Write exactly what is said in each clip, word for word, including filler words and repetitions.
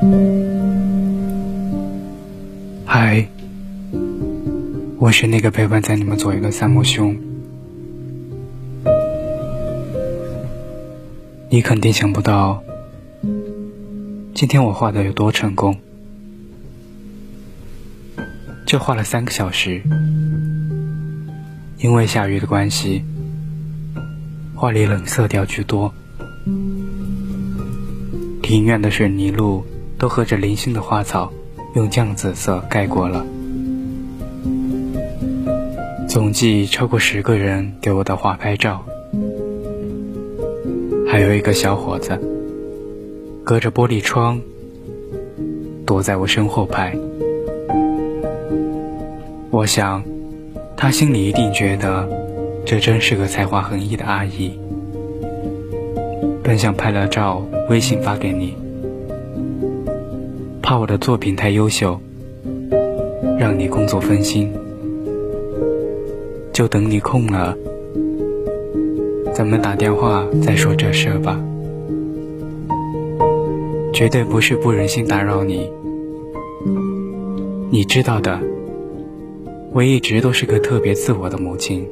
嗨，我是那个陪伴在你们左右的三木兄。你肯定想不到，今天我画的有多成功。就画了三个小时，因为下雨的关系，画里冷色调居多，庭院的水泥路都和着零星的花草用酱紫色盖过了。总计超过十个人给我的画拍照，还有一个小伙子隔着玻璃窗躲在我身后拍。我想他心里一定觉得这真是个才华横溢的阿姨，本想拍了照微信发给你，怕我的作品太优秀让你工作分心，就等你空了咱们打电话再说这事吧。绝对不是不忍心打扰你，你知道的，我一直都是个特别自我的母亲。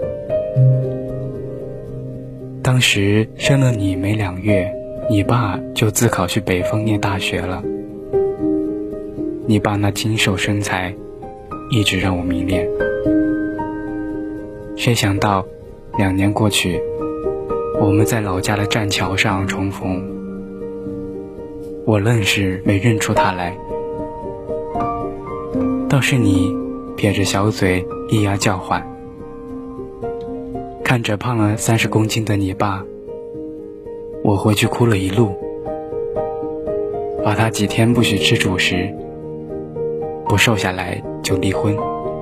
当时生了你没两月，你爸就自考去北方念大学了。你爸那精瘦身材一直让我迷恋，谁想到两年过去，我们在老家的栈桥上重逢，我愣是没认出他来，倒是你撇着小嘴咿呀叫唤，看着胖了三十公斤的你爸，我回去哭了一路，罚他几天不许吃主食，不瘦下来就离婚。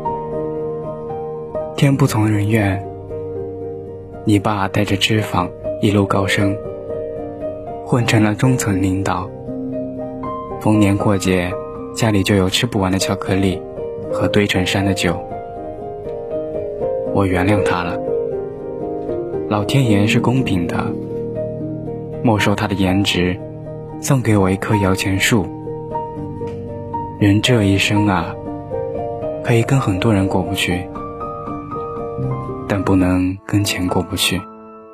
天不从人愿，你爸带着脂肪一路高升，混成了中层领导，逢年过节家里就有吃不完的巧克力和堆成山的酒。我原谅他了，老天爷是公平的，没收他的颜值，送给我一棵摇钱树。人这一生啊，可以跟很多人过不去，但不能跟钱过不去。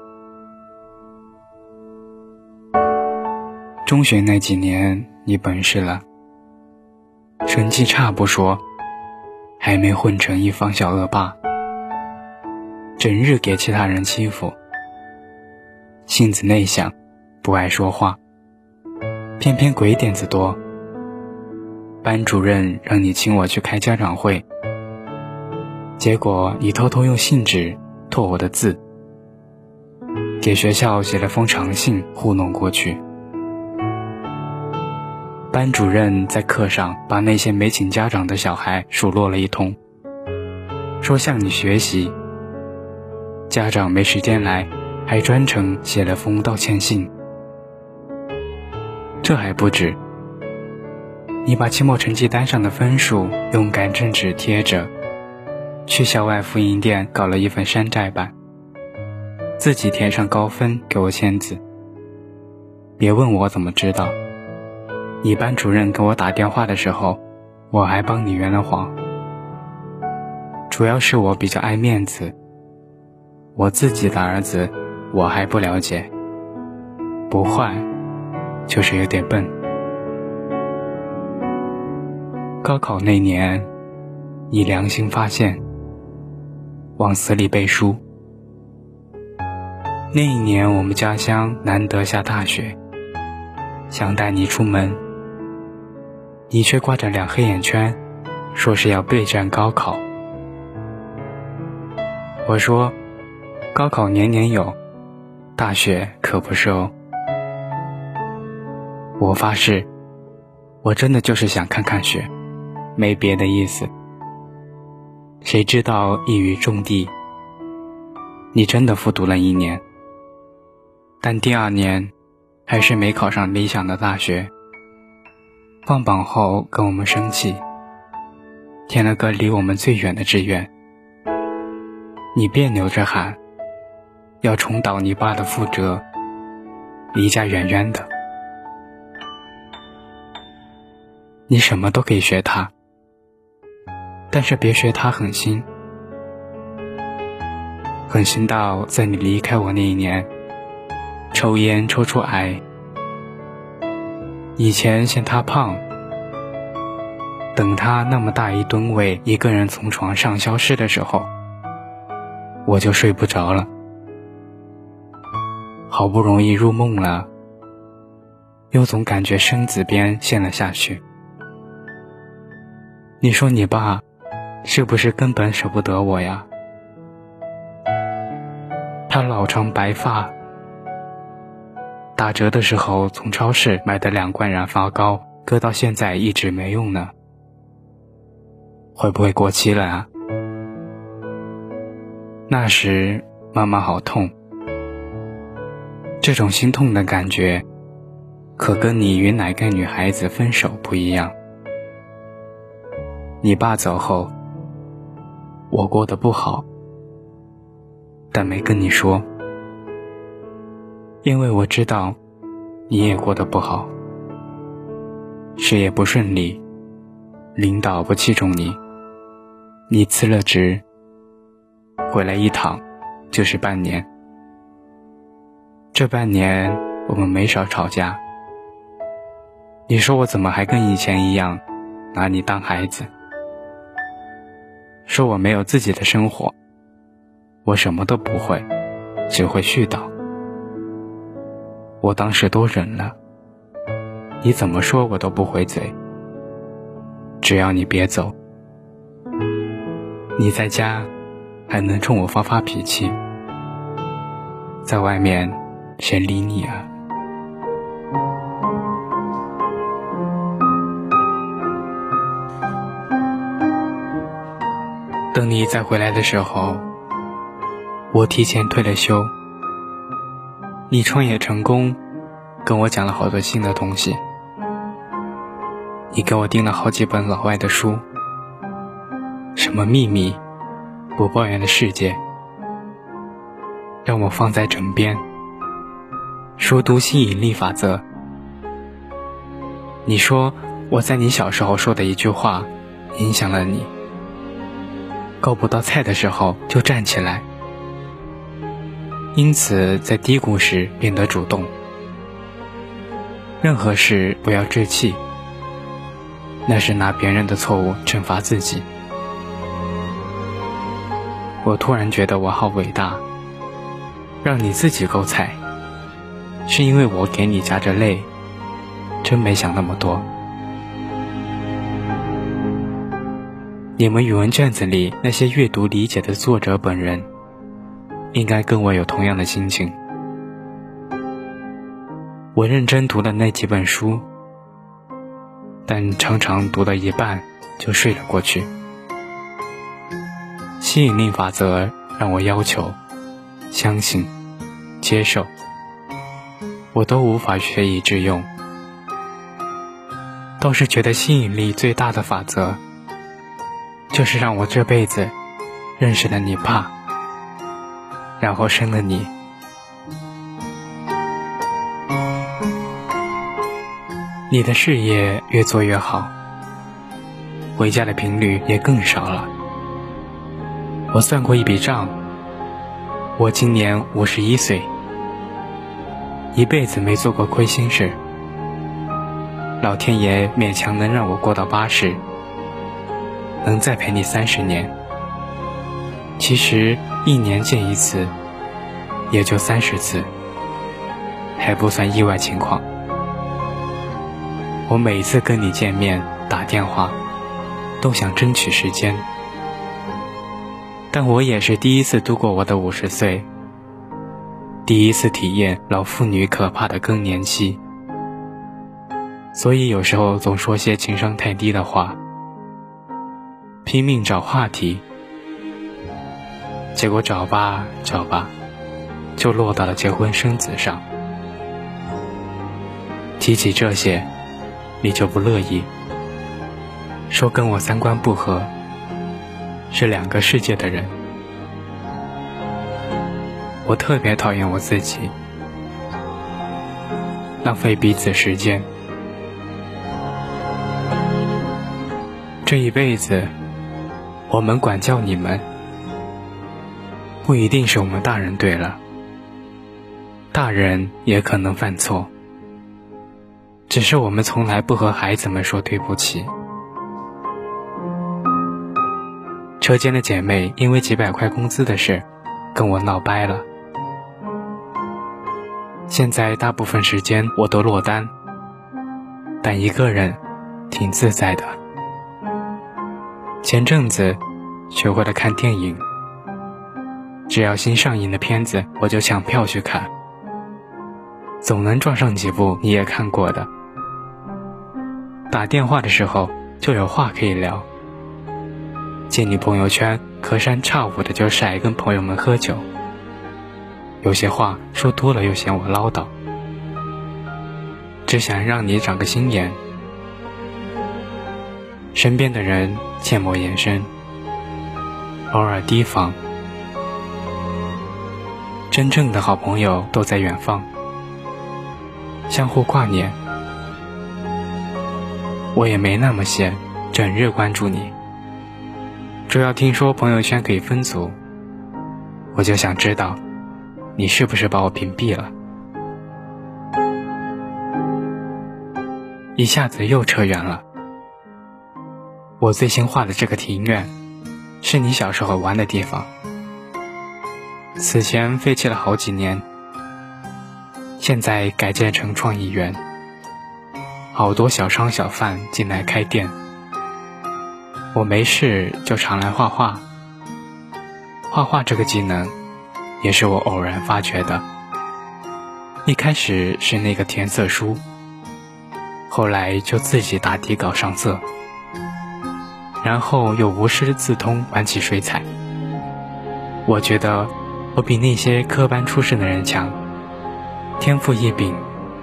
中学那几年你本事了，成绩差不说，还没混成一方小恶霸，整日给其他人欺负，性子内向，不爱说话，偏偏鬼点子多。班主任让你请我去开家长会，结果你偷偷用信纸拓我的字，给学校写了封长信糊弄过去。班主任在课上把那些没请家长的小孩数落了一通，说向你学习，家长没时间来，还专程写了封道歉信。这还不止，你把期末成绩单上的分数用改正纸贴着，去校外复印店搞了一份山寨版，自己填上高分给我签字。别问我怎么知道，你班主任给我打电话的时候，我还帮你圆了谎。主要是我比较爱面子，我自己的儿子我还不了解，不坏就是有点笨。高考那年，你良心发现，往死里背书。那一年我们家乡难得下大雪，想带你出门，你却挂着两黑眼圈，说是要备战高考。我说，高考年年有，大雪可不是哦。我发誓，我真的就是想看看雪，没别的意思。谁知道一语中的，你真的复读了一年，但第二年还是没考上理想的大学。放榜后跟我们生气，填了个离我们最远的志愿。你别扭着喊，要重蹈你爸的覆辙，离家远远的。 你什么都可以学他，但是别学他狠心，狠心到在你离开我那一年，抽烟抽出癌。以前嫌他胖，等他那么大一吨位一个人从床上消失的时候，我就睡不着了。好不容易入梦了，又总感觉身子边陷了下去。你说你爸是不是根本舍不得我呀？他老长白发，打折的时候从超市买的两罐染发膏，搁到现在一直没用呢。会不会过期了啊？那时妈妈好痛，这种心痛的感觉可跟你与哪个女孩子分手不一样。你爸走后，我过得不好，但没跟你说，因为我知道你也过得不好，事业不顺利，领导不器重你，你辞了职，回来一躺就是半年。这半年我们没少吵架，你说我怎么还跟以前一样拿你当孩子，说我没有自己的生活，我什么都不会，只会絮叨。我当时都忍了，你怎么说我都不回嘴，只要你别走。你在家还能冲我发发脾气，在外面谁理你啊？等你再回来的时候，我提前退了休，你创业成功，跟我讲了好多新的东西，你给我订了好几本老外的书，什么秘密、不抱怨的世界，让我放在枕边，熟读吸引力法则。你说我在你小时候说的一句话影响了你，够不到菜的时候就站起来，因此在低谷时变得主动。任何事不要置气，那是拿别人的错误惩罚自己。我突然觉得我好伟大，让你自己够菜，是因为我给你夹着泪，真没想那么多。你们语文卷子里那些阅读理解的作者本人，应该跟我有同样的心情。我认真读了那几本书，但常常读到一半就睡了过去。吸引力法则让我要求、相信、接受，我都无法学以致用。倒是觉得吸引力最大的法则，就是让我这辈子认识了你爸，然后生了你。你的事业越做越好，回家的频率也更少了。我算过一笔账，我今年五十一岁，一辈子没做过亏心事，老天爷勉强能让我过到八十，能再陪你三十年。其实一年见一次，也就三十次，还不算意外情况。我每次跟你见面打电话，都想争取时间，但我也是第一次度过我的五十岁，第一次体验老妇女可怕的更年期，所以有时候总说些情商太低的话，拼命找话题，结果找吧找吧，就落到了结婚生子上。提起这些，你就不乐意，说跟我三观不合，是两个世界的人。我特别讨厌我自己，浪费彼此时间。 这一辈子，我们管教你们，不一定是我们大人对了，大人也可能犯错，只是我们从来不和孩子们说对不起。车间的姐妹因为几百块工资的事跟我闹掰了，现在大部分时间我都落单，但一个人挺自在的。前阵子学会了看电影，只要新上映的片子我就抢票去看，总能撞上几部你也看过的。打电话的时候就有话可以聊，见你朋友圈隔三差五的就晒跟朋友们喝酒，有些话说多了又嫌我唠叨，只想让你长个心眼。身边的人切莫言声，偶尔提防。真正的好朋友都在远方，相互挂念。我也没那么闲，整日关注你。主要听说朋友圈可以分组，我就想知道你是不是把我屏蔽了。一下子又扯远了。我最新画的这个庭院是你小时候玩的地方，此前废弃了好几年，现在改建成创意园，好多小商小贩进来开店。我没事就常来画画，画画这个技能也是我偶然发掘的。一开始是那个填色书，后来就自己打底稿上色，然后又无师自通玩起水彩。我觉得我比那些科班出身的人强，天赋异禀。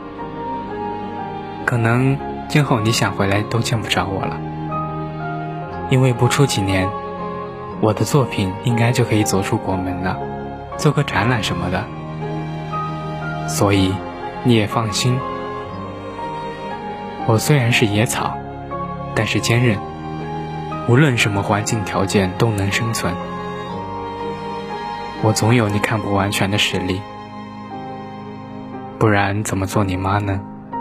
可能今后你想回来都见不着我了，因为不出几年，我的作品应该就可以走出国门了，做个展览什么的。所以你也放心，我虽然是野草，但是坚韧，无论什么环境条件都能生存。我总有你看不完全的实力，不然怎么做你妈呢？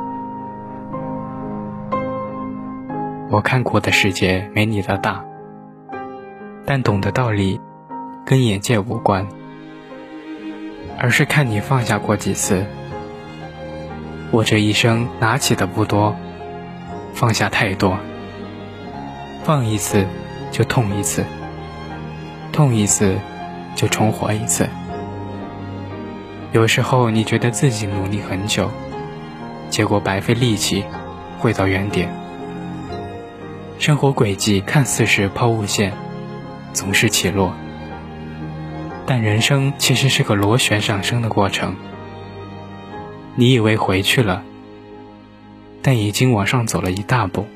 我看过的世界没你的大，但懂的道理跟眼界无关，而是看你放下过几次。我这一生拿起的不多，放下太多，放一次就痛一次，痛一次就重活一次。有时候你觉得自己努力很久，结果白费力气，回到原点。生活轨迹看似是抛物线，总是起落，但人生其实是个螺旋上升的过程。你以为回去了，但已经往上走了一大步。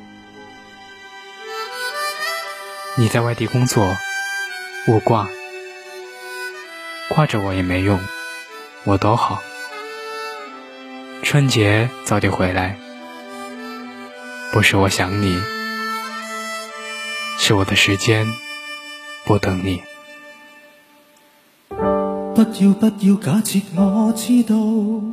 你在外地工作，勿挂，挂着我也没用，我都好。春节早点回来，不是我想你，是我的时间不等你。 不要不要假設我知道，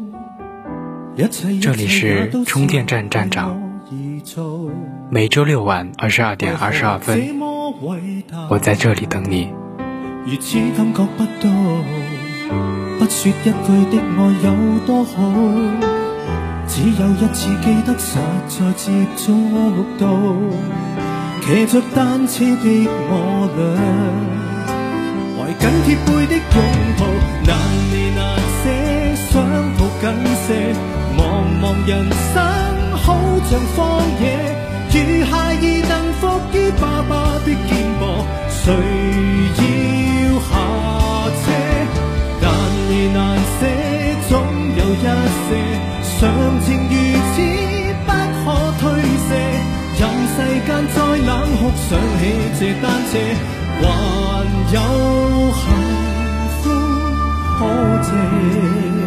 这里是充电站站长，每周六晚二十二点二十二分，我在这里等你。 如此感覺不到，不說一句的愛有多好，只有一次記得實在接觸到，騎着單車的我倆，懷緊貼背的擁抱，難離難捨，想抱緊些，茫茫人生好像荒野，如孩兒能伏於爸爸的肩膊，誰要下車？難離難捨，總有一些常情如此不可推卸，任世間再冷酷，想起這單車，還有幸福可借。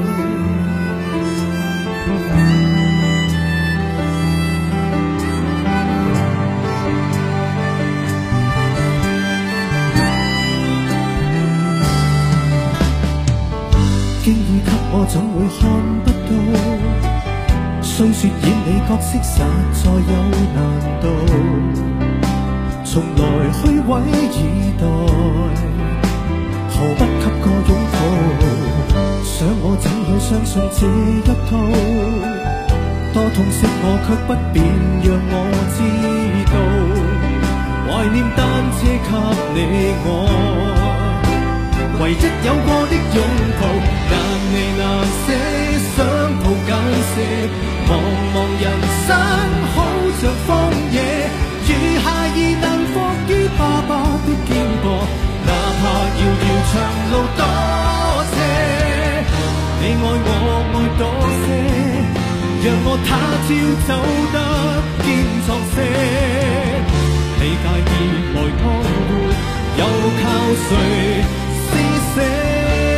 色實在有難度，從來虛偽以待，何不給個擁抱？想我怎會相信這一套？多痛惜我卻不便讓我知道，懷念單車給你我唯一有過的擁抱，難離難捨，想抱緊些，茫茫人生好像荒野，如孩兒能伏於爸爸的肩膊，哪怕遙遙長路多斜，你愛我愛多些，讓我他朝走得堅壯些，你介意來拖活，又靠誰施捨？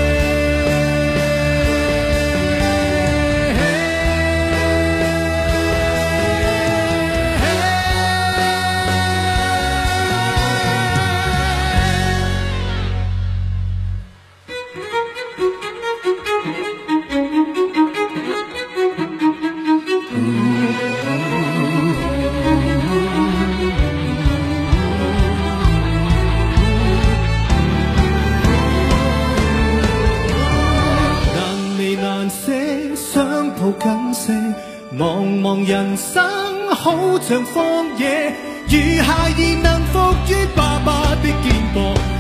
抱緊些，茫茫人生好像荒野，如孩兒能伏於爸爸的肩膊。